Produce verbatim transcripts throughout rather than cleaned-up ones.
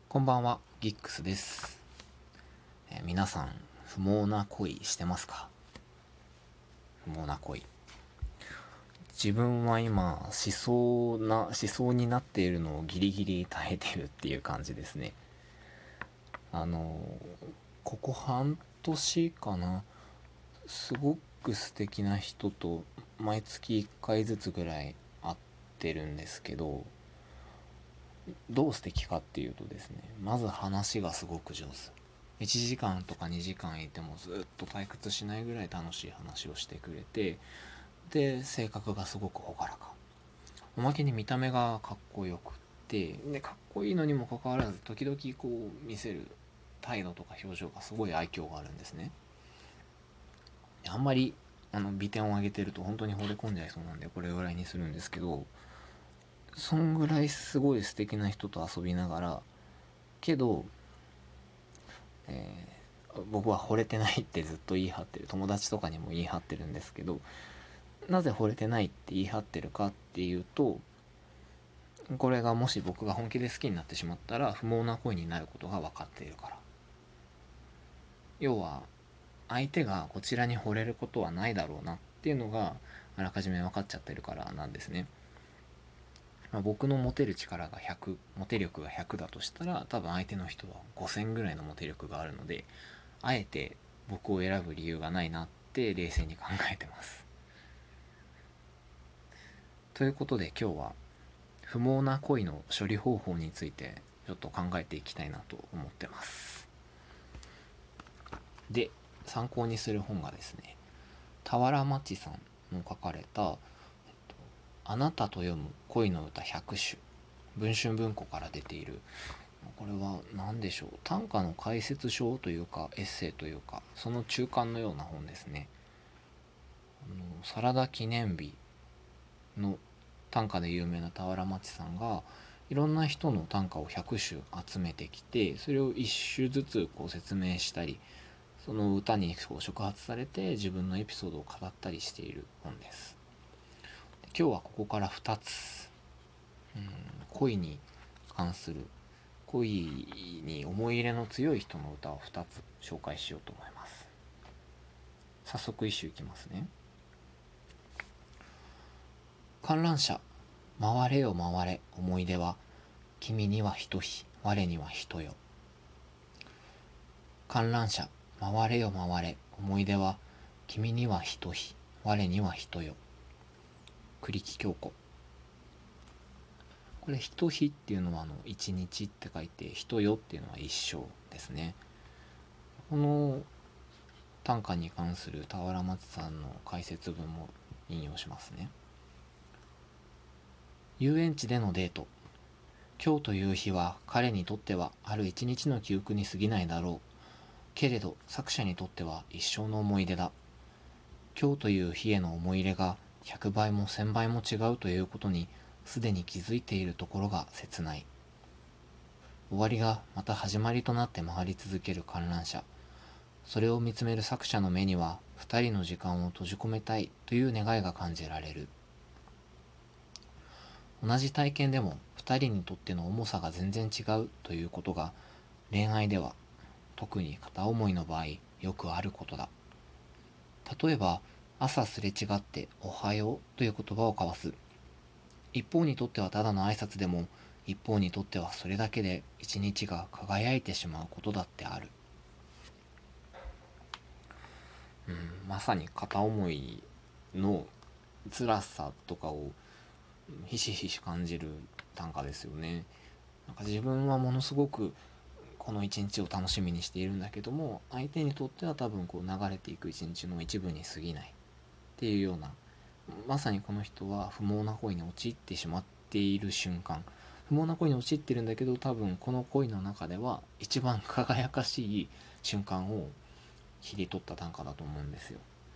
こんばんは、ギックスです。えー皆さん、不毛な恋してますか？不毛な恋。自分は今、しそうな、しそうになっているのをギリギリ耐えてるっていう感じですね。あのーここ半年かな、すごく素敵な人と毎月いっかいずつぐらい会ってるんですけど、どう素敵かっていうとですね、まず話がすごく上手。いちじかんとかにじかんいてもずっと退屈しないぐらい楽しい話をしてくれて、で性格がすごく朗らか、おまけに見た目がかっこよくって、でかっこいいのにもかかわらず時々こう見せる態度とか表情がすごい愛嬌があるんですね。あんまりあの美点を上げてると本当に惚れ込んじゃいそうなんでこれぐらいにするんですけど、そんぐらいすごい素敵な人と遊びながら、けど、えー僕は惚れてないってずっと言い張ってる、友達とかにも言い張ってるんですけど、なぜ惚れてないって言い張ってるかっていうと、これがもし僕が本気で好きになってしまったら不毛な恋になることが分かっているから。要は相手がこちらに惚れることはないだろうなっていうのがあらかじめ分かっちゃってるからなんですね。まあ、僕のモテる力がひゃく、モテ力がひゃくだとしたら多分相手の人はごせんぐらいのモテ力があるので、あえて僕を選ぶ理由がないなって冷静に考えてます。ということで今日は不毛な恋の処理方法についてちょっと考えていきたいなと思ってます。で、参考にする本がですね、俵町さんの書かれた「あなたと読む恋の歌ひゃくしゅ」、文春文庫から出ている、これは何でしょう、短歌の解説書というかエッセイというかその中間のような本ですね。あのサラダ記念日の短歌で有名な俵町さんがいろんな人の短歌をひゃくしゅ集めてきて、それをいっ首ずつこう説明したり、その歌にこう触発されて自分のエピソードを語ったりしている本です。今日はここからふたつ、うん、恋に関する、恋に思い入れの強い人の歌をふたつ紹介しようと思います。早速一首いきますね。観覧車回れよ回れ思い出は、君にはひとひ我にはひとよ。観覧車回れよ回れ思い出は、君にはひとひ我にはひとよ。栗木京子。これひとひっていうのはあの一日って書いて、ひとよっていうのは一生ですね。この短歌に関する俵町さんの解説文も引用しますね。遊園地でのデート。今日という日は彼にとってはある一日の記憶に過ぎないだろう。けれど作者にとっては一生の思い出だ。今日という日への思い入れがひゃくばいもせんばいも違うということにすでに気づいているところが切ない。終わりがまた始まりとなって回り続ける観覧車。それを見つめる作者の目には二人の時間を閉じ込めたいという願いが感じられる。同じ体験でも二人にとっての重さが全然違うということが恋愛では、特に片思いの場合よくあることだ。例えば朝すれ違って「おはよう」という言葉を交わす。一方にとってはただの挨拶でも、一方にとってはそれだけで一日が輝いてしまうことだってある。うん、まさに片思いの辛さとかをひしひし感じる短歌ですよね。なんか自分はものすごくこの一日を楽しみにしているんだけども、相手にとっては多分こう流れていく一日の一部に過ぎないっていうような、まさにこの人は不毛な恋に陥ってしまっている瞬間、不毛な恋に陥ってるんだけど多分この恋の中では一番輝かしい瞬間を切り取った短歌だと思うんですよ。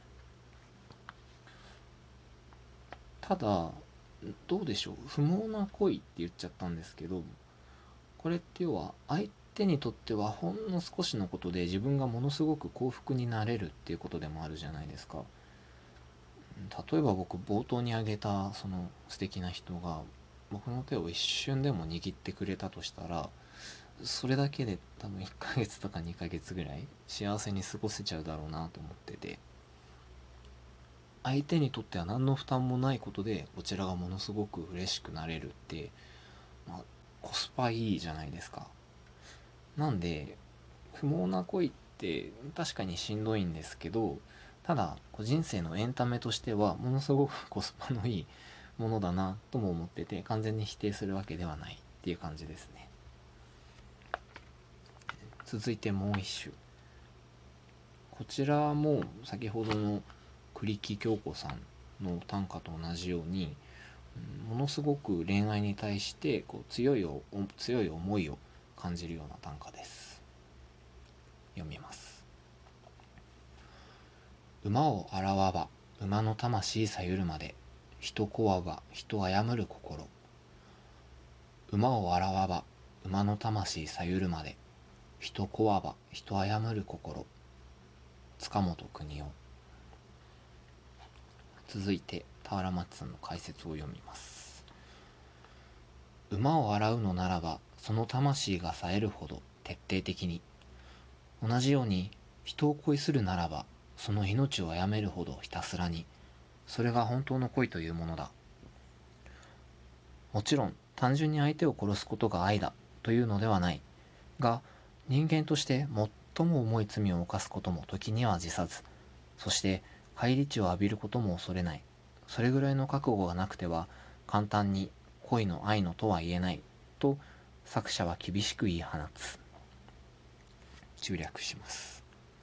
ただどうでしょう、不毛な恋って言っちゃったんですけど、これって要は相手にとってはほんの少しのことで自分がものすごく幸福になれるっていうことでもあるじゃないですか。例えば僕冒頭に挙げたその素敵な人が僕の手を一瞬でも握ってくれたとしたら、 それだけで多分いっかげつとかにかげつぐらい幸せに過ごせちゃうだろうなと思ってて、相手にとっては何の負担もないことでこちらがものすごく嬉しくなれるって、まあ、コスパいいじゃないですか。なんで不毛な恋って確かにしんどいんですけど、ただ人生のエンタメとしてはものすごくコスパのいいものだなとも思ってて、完全に否定するわけではないっていう感じですね。続いてもう一首。こちらも先ほどの栗木京子さんの短歌と同じように、ものすごく恋愛に対してこう強い強い思いを感じるような短歌です。読みます。馬を洗わば馬の魂さゆるまで、人こわば人あやむる心。馬を洗わば馬の魂さゆるまで、人こわば人あやむる心。塚本邦夫。続いて俵町さんの解説を読みます。馬を洗うのならばその魂が冴えるほど徹底的に、同じように人を恋するならばその命を殺めるほどひたすらに、それが本当の恋というものだ。もちろん単純に相手を殺すことが愛だというのではないが、人間として最も重い罪を犯すことも時には自殺、そして返り血を浴びることも恐れない。それぐらいの覚悟がなくては簡単に恋の愛のとは言えないと作者は厳しく言い放つ。中略します。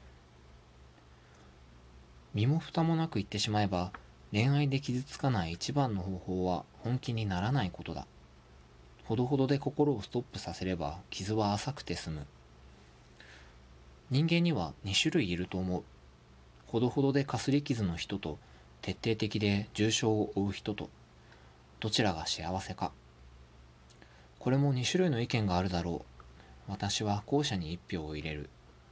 身も蓋もなく言ってしまえば、恋愛で傷つかない一番の方法は本気にならないことだ。ほどほどで心をストップさせれば傷は浅くて済む。人間にはに種類いると思う。ほどほどでかすり傷の人と、徹底的で重傷を負う人と、どちらが幸せか。これもに種類の意見があるだろう。私は後者にいち票を入れる。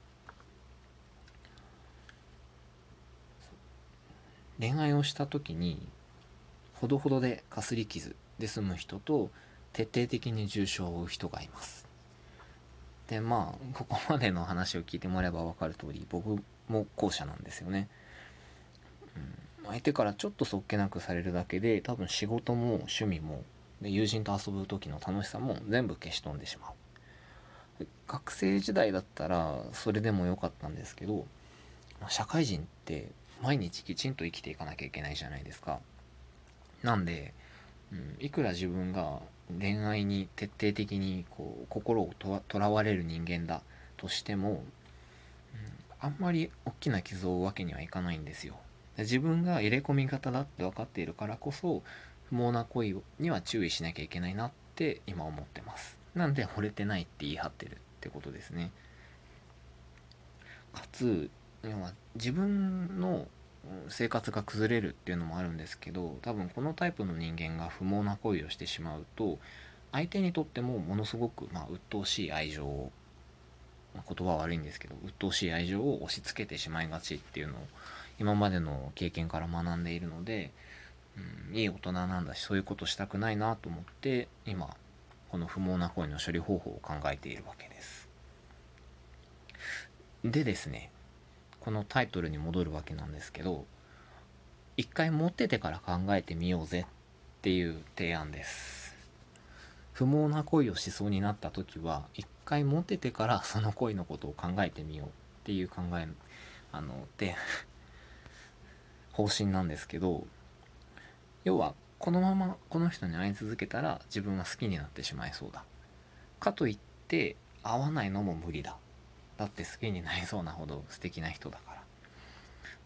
恋愛をした時にほどほどでかすり傷で済む人と、徹底的に重傷を負う人がいます。でまあここまでの話を聞いてもらえば分かる通り、僕も後者なんですよね。うん、相手からちょっとそっけなくされるだけで、多分仕事も趣味もで友人と遊ぶ時の楽しさも全部消し飛んでしまう。学生時代だったらそれでもよかったんですけど、社会人って毎日きちんと生きていかなきゃいけないじゃないですか。なんで、うん、いくら自分が恋愛に徹底的にこう心をとらわれる人間だとしても、うん、あんまり大きな傷を負うわけにはいかないんですよ。自分が入れ込み型だって分かっているからこそ、不毛な恋には注意しなきゃいけないなって今思ってます。なんで惚れてないって言い張ってるってことですね。かつ要は自分の生活が崩れるっていうのもあるんですけど、多分このタイプの人間が不毛な恋をしてしまうと、相手にとってもものすごく、まあ、鬱陶しい愛情を、まあ、言葉は悪いんですけど鬱陶しい愛情を押し付けてしまいがちっていうのを今までの経験から学んでいるので、うん、いい大人なんだしそういうことしたくないなと思って今この不毛な恋の処理方法を考えているわけです。でですね、このタイトルに戻るわけなんですけど、一回持っててから考えてみようぜっていう提案です。不毛な恋をしそうになった時は一回持っててからその恋のことを考えてみようっていう考えあので方針なんですけど、要はこのままこの人に会い続けたら自分は好きになってしまいそうだ、かといって会わないのも無理だ、だって好きになりそうなほど素敵な人だから、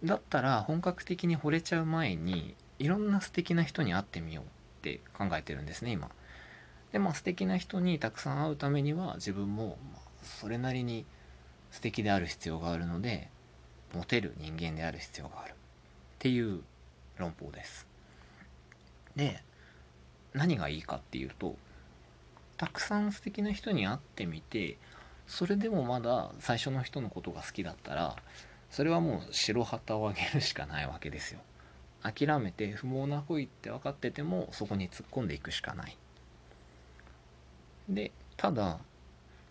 だったら本格的に惚れちゃう前にいろんな素敵な人に会ってみようって考えてるんですね今。でまあ素敵な人にたくさん会うためには自分もそれなりに素敵である必要があるので、モテる人間である必要があるっていう論法です。で何がいいかっていうと、たくさん素敵な人に会ってみて、それでもまだ最初の人のことが好きだったら、それはもう白旗をあげるしかないわけですよ。諦めて不毛な恋って分かっててもそこに突っ込んでいくしかない。でただ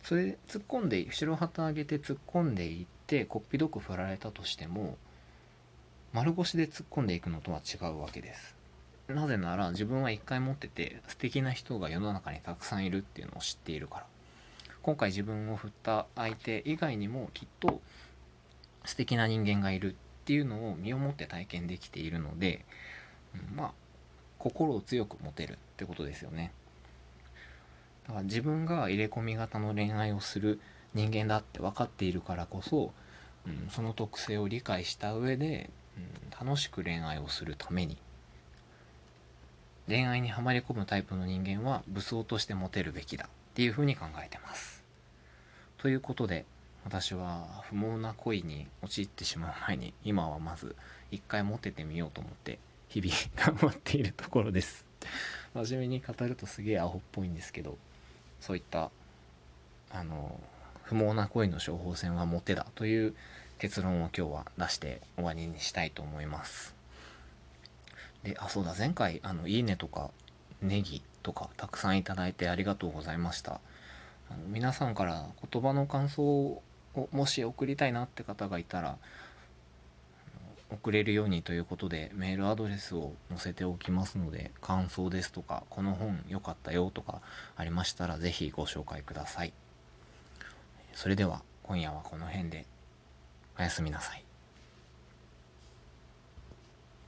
それで突っ込んで後ろ旗上げて突っ込んでいってこっぴどく振られたとしても、丸腰で突っ込んでいくのとは違うわけです。なぜなら自分は一回持ってて素敵な人が世の中にたくさんいるっていうのを知っているから。今回自分を振った相手以外にもきっと素敵な人間がいるっていうのを身をもって体験できているので、うん、まあ心を強く持てるってことですよね。だから自分が入れ込み型の恋愛をする人間だって分かっているからこそ、うん、その特性を理解した上で、うん、楽しく恋愛をするために、恋愛にはまり込むタイプの人間は武装としてモテるべきだっていうふうに考えてます。ということで、私は不毛な恋に陥ってしまう前に今はまず一回モテてみようと思って日々頑張っているところです。真面目に語るとすげえアホっぽいんですけど、そういったあの不毛な恋の処方箋はモテだという結論を今日は出して終わりにしたいと思います。で、あ、そうだ、前回あのいいねとかネギとかたくさんいただいてありがとうございました。あの皆さんから言葉の感想をもし送りたいなって方がいたら送れるようにということでメールアドレスを載せておきますので、感想ですとかこの本良かったよとかありましたらぜひご紹介ください。それでは今夜はこの辺でおやすみなさい。